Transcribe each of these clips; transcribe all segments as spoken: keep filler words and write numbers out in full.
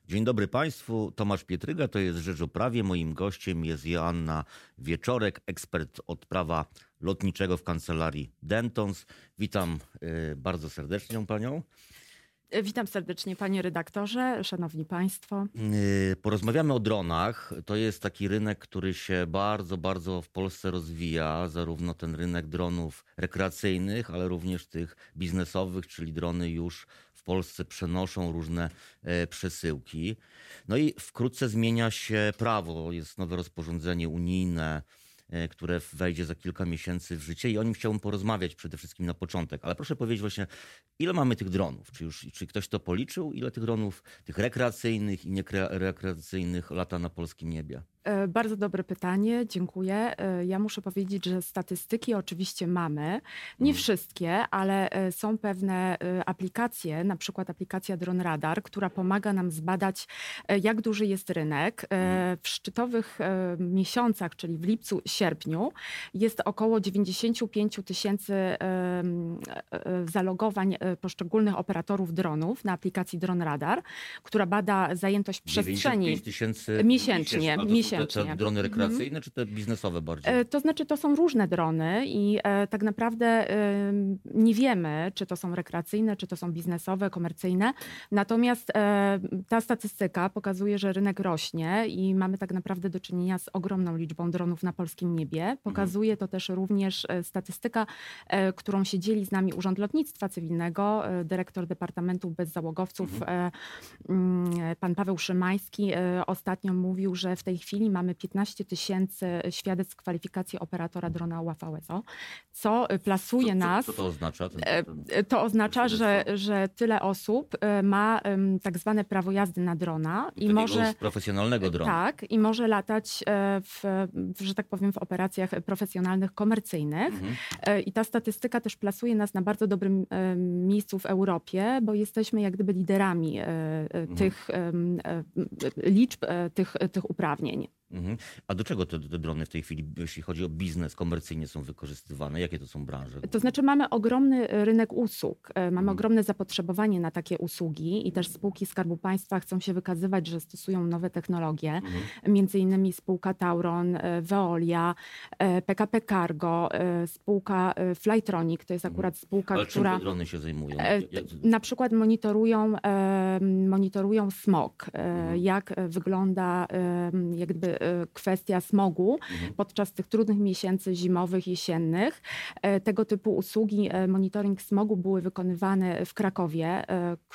Dzień dobry Państwu, Tomasz Pietryga, to jest Rzecz o Prawie. Moim gościem jest Joanna Wieczorek, ekspert od prawa lotniczego w kancelarii Dentons. Witam y, bardzo serdecznie Panią. Witam serdecznie panie redaktorze, szanowni państwo. Y, porozmawiamy o dronach. To jest taki rynek, który się bardzo, bardzo w Polsce rozwija. Zarówno ten rynek dronów rekreacyjnych, ale również tych biznesowych, czyli drony już w Polsce przenoszą różne e, przesyłki. No i wkrótce zmienia się prawo. Jest nowe rozporządzenie unijne, e, które wejdzie za kilka miesięcy w życie i o nim chciałbym porozmawiać przede wszystkim na początek. Ale proszę powiedzieć właśnie, ile mamy tych dronów? Czy już czy ktoś to policzył? Ile tych dronów, tych rekreacyjnych i nierekreacyjnych lata na polskim niebie? Bardzo dobre pytanie, dziękuję. Ja muszę powiedzieć, że statystyki oczywiście mamy. Nie wszystkie, ale są pewne aplikacje, na przykład aplikacja Drone Radar, która pomaga nam zbadać, jak duży jest rynek. W szczytowych miesiącach, czyli w lipcu, sierpniu, jest około dziewięćdziesiąt pięć tysięcy zalogowań poszczególnych operatorów dronów na aplikacji Drone Radar, która bada zajętość przestrzeni dziewięćdziesiąt pięć tysięcy miesięcznie. miesięcznie. Te, te drony rekreacyjne, mm. czy te biznesowe bardziej? To znaczy, to są różne drony i e, tak naprawdę e, nie wiemy, czy to są rekreacyjne, czy to są biznesowe, komercyjne. Natomiast e, ta statystyka pokazuje, że rynek rośnie i mamy tak naprawdę do czynienia z ogromną liczbą dronów na polskim niebie. Pokazuje mm. to też również e, statystyka, e, którą się dzieli z nami Urząd Lotnictwa Cywilnego, e, dyrektor Departamentu Bezzałogowców, mm. e, pan Paweł Szymański e, ostatnio mówił, że w tej chwili mamy piętnaście tysięcy świadectw kwalifikacji operatora drona U A V S O, co plasuje co, co, nas... Co to oznacza? Ten, ten, to oznacza, że, że tyle osób ma tak zwane prawo jazdy na drona. I może profesjonalnego drona. Tak, i może latać w, w, że tak powiem, w operacjach profesjonalnych, komercyjnych. Mhm. I ta statystyka też plasuje nas na bardzo dobrym miejscu w Europie, bo jesteśmy jak gdyby liderami mhm. tych liczb, tych, tych uprawnień. Mhm. A do czego te, te drony w tej chwili, jeśli chodzi o biznes, komercyjnie są wykorzystywane? Jakie to są branże? To znaczy mamy ogromny rynek usług, mamy mhm. ogromne zapotrzebowanie na takie usługi i też spółki Skarbu Państwa chcą się wykazywać, że stosują nowe technologie, mhm. między innymi spółka Tauron, Veolia, P K P Cargo, spółka Flytronic, to jest akurat spółka, Ale która... czym te drony się zajmują? Na przykład monitorują, monitorują smog, mhm. jak wygląda jak gdyby kwestia smogu mhm. podczas tych trudnych miesięcy zimowych, jesiennych. Tego typu usługi, monitoring smogu były wykonywane w Krakowie.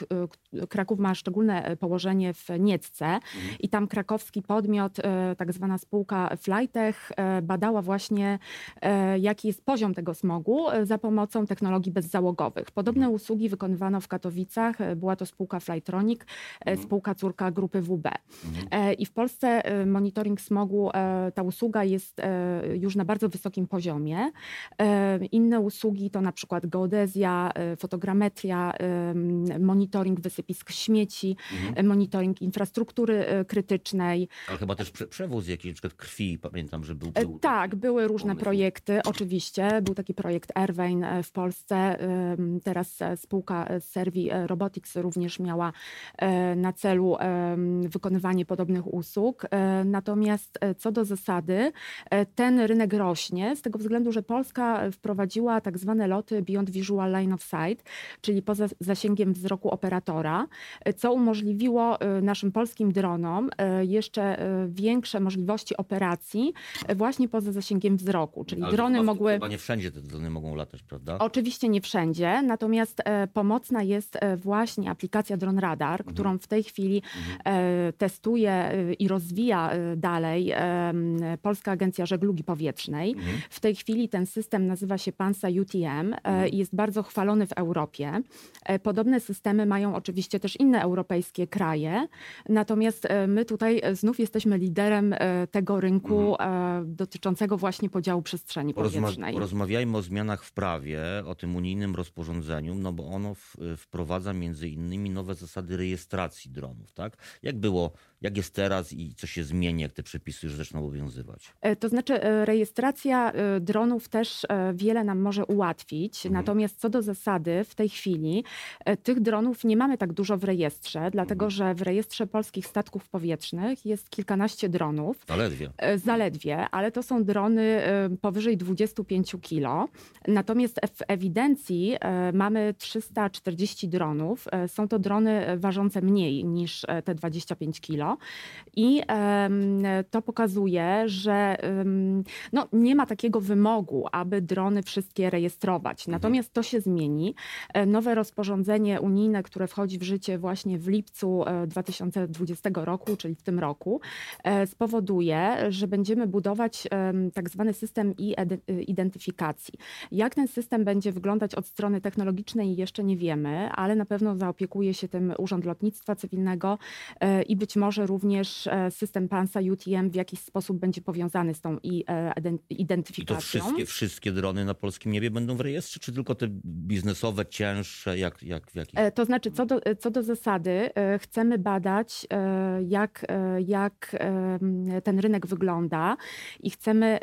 Kraków ma szczególne położenie w Niecce mhm. i tam krakowski podmiot, tak zwana spółka Flytech, badała właśnie, jaki jest poziom tego smogu za pomocą technologii bezzałogowych. Podobne mhm. usługi wykonywano w Katowicach. Była to spółka Flytronic, mhm. spółka córka grupy W B. Mhm. I w Polsce monitoring smogu, ta usługa jest już na bardzo wysokim poziomie. Inne usługi to na przykład geodezja, fotogrametria, monitoring wysypisk śmieci, mhm. monitoring infrastruktury krytycznej. Ale chyba też przewóz jakiś, na przykład krwi, pamiętam, że był. był tak, były różne pomysł. projekty, oczywiście. Był taki projekt Airvein w Polsce. Teraz spółka Servi Robotics również miała na celu wykonywanie podobnych usług. Natomiast co do zasady, ten rynek rośnie z tego względu, że Polska wprowadziła tak zwane loty Beyond Visual Line of Sight, czyli poza zasięgiem wzroku operatora, co umożliwiło naszym polskim dronom jeszcze większe możliwości operacji właśnie poza zasięgiem wzroku. Czyli Ale drony chyba, mogły... Chyba nie wszędzie te drony mogą latać, prawda? Oczywiście nie wszędzie, natomiast pomocna jest właśnie aplikacja Drone Radar, mhm. którą w tej chwili mhm. testuje i rozwija dalej Polska Agencja Żeglugi Powietrznej. Mhm. W tej chwili ten system nazywa się PANSA U T M mhm. i jest bardzo chwalony w Europie. Podobne systemy mają oczywiście też inne europejskie kraje, natomiast my tutaj znów jesteśmy liderem tego rynku mhm. dotyczącego właśnie podziału przestrzeni powietrznej. Porozmawiajmy o zmianach w prawie, o tym unijnym rozporządzeniu, no bo ono w, wprowadza między innymi nowe zasady rejestracji dronów, tak? Jak było jak jest teraz i co się zmieni, jak te przepisy już zaczną obowiązywać? To znaczy rejestracja dronów też wiele nam może ułatwić, mhm. natomiast co do zasady w tej chwili tych dronów nie mamy tak dużo w rejestrze, dlatego mhm. że w rejestrze polskich statków powietrznych jest kilkanaście dronów. Zaledwie. Zaledwie, ale to są drony powyżej dwudziestu pięciu kilo. Natomiast w ewidencji mamy trzysta czterdzieści dronów. Są to drony ważące mniej niż te dwadzieścia pięć kilo. I to pokazuje, że no, nie ma takiego wymogu, aby drony wszystkie rejestrować. Natomiast to się zmieni. Nowe rozporządzenie unijne, które wchodzi w życie właśnie w lipcu dwa tysiące dwudziestego roku, czyli w tym roku, spowoduje, że będziemy budować tak zwany system identyfikacji. Jak ten system będzie wyglądać od strony technologicznej jeszcze nie wiemy, ale na pewno zaopiekuje się tym Urząd Lotnictwa Cywilnego i być może również system PANSA U T M w jakiś sposób będzie powiązany z tą identyfikacją. I to wszystkie, wszystkie drony na polskim niebie będą w rejestrze, czy tylko te biznesowe, cięższe? Jak, jak, w jaki... To znaczy, co do, co do zasady, chcemy badać, jak, jak ten rynek wygląda i chcemy,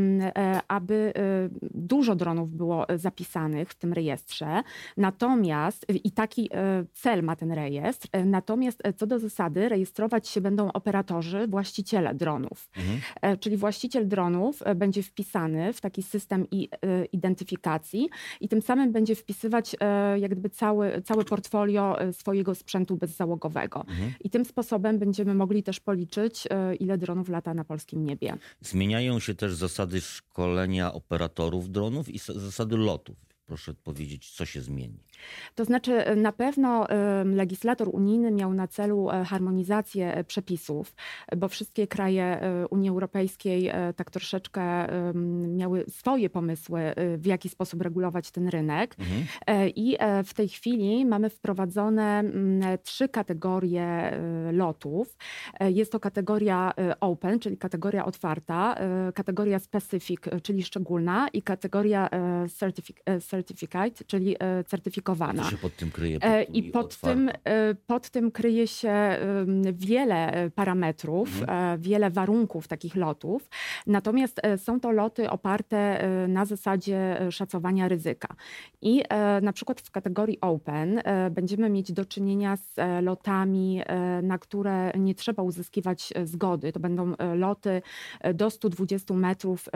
aby dużo dronów było zapisanych w tym rejestrze. Natomiast, i taki cel ma ten rejestr, natomiast co do zasady rejestrować się będą operatorzy, właściciele dronów. Mhm. Czyli właściciel dronów będzie wpisany w taki system identyfikacji i tym samym będzie wpisywać jak gdyby cały, całe portfolio swojego sprzętu bezzałogowego. Mhm. I tym sposobem będziemy mogli też policzyć, ile dronów lata na polskim niebie. Zmieniają się też zasady szkolenia operatorów dronów i zasady lotów. Proszę powiedzieć, co się zmieni. To znaczy na pewno legislator unijny miał na celu harmonizację przepisów, bo wszystkie kraje Unii Europejskiej tak troszeczkę miały swoje pomysły, w jaki sposób regulować ten rynek. Mhm. I w tej chwili mamy wprowadzone trzy kategorie lotów. Jest to kategoria open, czyli kategoria otwarta, kategoria specific, czyli szczególna i kategoria certificate, czyli certyfikowana. Co się pod tym kryje? Pod I pod tym, pod tym kryje się wiele parametrów, mhm. wiele warunków takich lotów. Natomiast są to loty oparte na zasadzie szacowania ryzyka. I na przykład w kategorii open będziemy mieć do czynienia z lotami, na które nie trzeba uzyskiwać zgody. To będą loty do stu dwudziestu metrów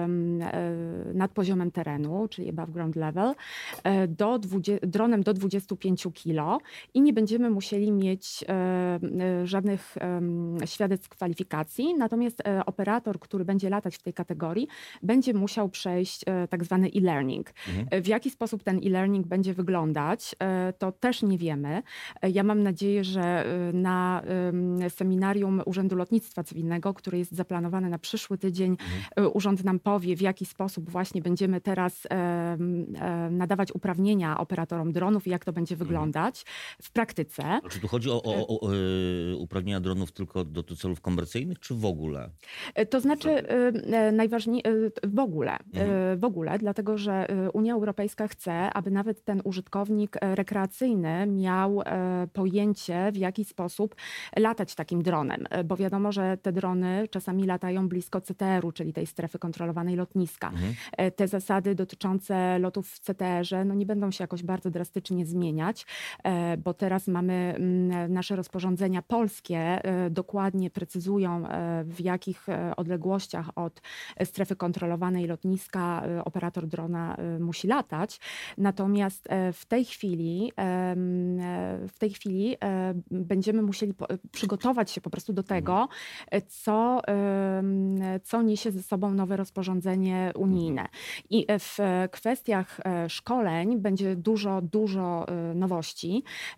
nad poziomem terenu, czyli above ground level, do dwudziestu, dronem do dwudziestu pięciu kilo i nie będziemy musieli mieć e, żadnych e, świadectw kwalifikacji. Natomiast e, operator, który będzie latać w tej kategorii, będzie musiał przejść e, tak zwany e-learning. Mhm. W jaki sposób ten e-learning będzie wyglądać, e, to też nie wiemy. E, ja mam nadzieję, że na e, seminarium Urzędu Lotnictwa Cywilnego, które jest zaplanowane na przyszły tydzień, mhm. e, urząd nam powie, w jaki sposób właśnie będziemy teraz e, e, nadawać uprawnienia operatorom dronów i jak to będzie wyglądać w praktyce. A czy tu chodzi o, o, o, o uprawnienia dronów tylko do, do celów komercyjnych, czy w ogóle? To znaczy najważniejsze w ogóle, mhm. w ogóle, dlatego że Unia Europejska chce, aby nawet ten użytkownik rekreacyjny miał pojęcie, w jaki sposób latać takim dronem, bo wiadomo, że te drony czasami latają blisko C T R u, czyli tej strefy kontrolowanej lotniska. Mhm. Te zasady dotyczące lotów w C T R ze no nie będą się jakoś bardzo drastycznie zmieniać, bo teraz mamy nasze rozporządzenia polskie, dokładnie precyzują, w jakich odległościach od strefy kontrolowanej lotniska operator drona musi latać. Natomiast w tej chwili w tej chwili będziemy musieli przygotować się po prostu do tego, co, co niesie ze sobą nowe rozporządzenie unijne. I w kwestiach szkoleń będzie dużo, dużo nowości.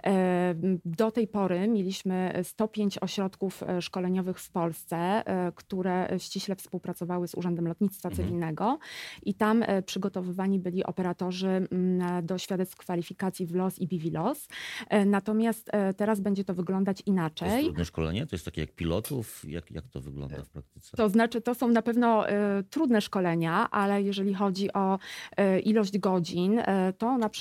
Do tej pory mieliśmy sto pięć ośrodków szkoleniowych w Polsce, które ściśle współpracowały z Urzędem Lotnictwa Cywilnego i tam przygotowywani byli operatorzy do świadectw kwalifikacji w L O S i B V L O S. Natomiast teraz będzie to wyglądać inaczej. To jest trudne szkolenie? To jest takie jak pilotów? Jak, jak to wygląda w praktyce? To znaczy, to są na pewno trudne szkolenia, ale jeżeli chodzi o ilość godzin, to na przykład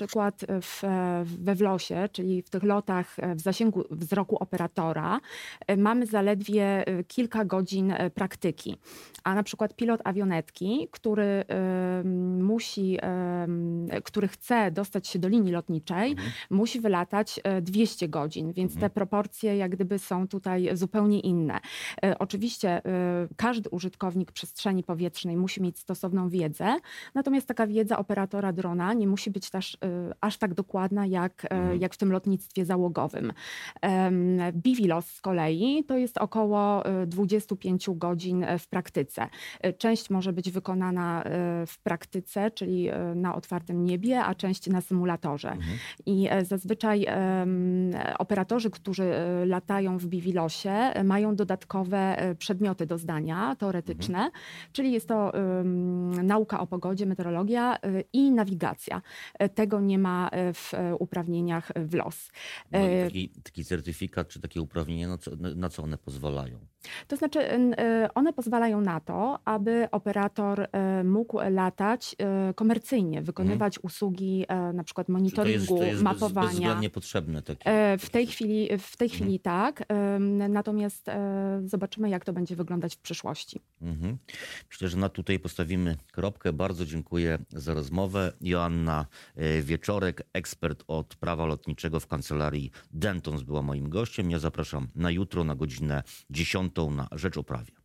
w, we wlosie, czyli w tych lotach w zasięgu wzroku operatora, mamy zaledwie kilka godzin praktyki. A na przykład pilot awionetki, który musi, który chce dostać się do linii lotniczej, mhm. musi wylatać dwieście godzin, więc mhm. te proporcje jak gdyby są tutaj zupełnie inne. Oczywiście każdy użytkownik przestrzeni powietrznej musi mieć stosowną wiedzę, natomiast taka wiedza operatora drona nie musi być też aż tak dokładna jak, mhm. jak w tym lotnictwie załogowym. BVLOS z kolei to jest około dwadzieścia pięć godzin w praktyce. Część może być wykonana w praktyce, czyli na otwartym niebie, a część na symulatorze. Mhm. I zazwyczaj um, operatorzy, którzy latają w BVLOSie, mają dodatkowe przedmioty do zdania, teoretyczne, mhm. czyli jest to um, nauka o pogodzie, meteorologia y, i nawigacja. Tego nie ma w uprawnieniach w L O S. No taki, taki certyfikat czy takie uprawnienia, na co, na co one pozwalają? To znaczy one pozwalają na to, aby operator mógł latać komercyjnie, wykonywać mhm. usługi na przykład monitoringu, to jest, to jest mapowania. Bez, bezwzględnie potrzebne takie. W tej chwili, w tej chwili mhm. tak, natomiast zobaczymy, jak to będzie wyglądać w przyszłości. Mhm. Myślę, że na tutaj postawimy kropkę. Bardzo dziękuję za rozmowę. Joanna Wieczorek, ekspert od prawa lotniczego w kancelarii Dentons była moim gościem. Ja zapraszam na jutro na godzinę dziesiątą na Rzecz o Prawie.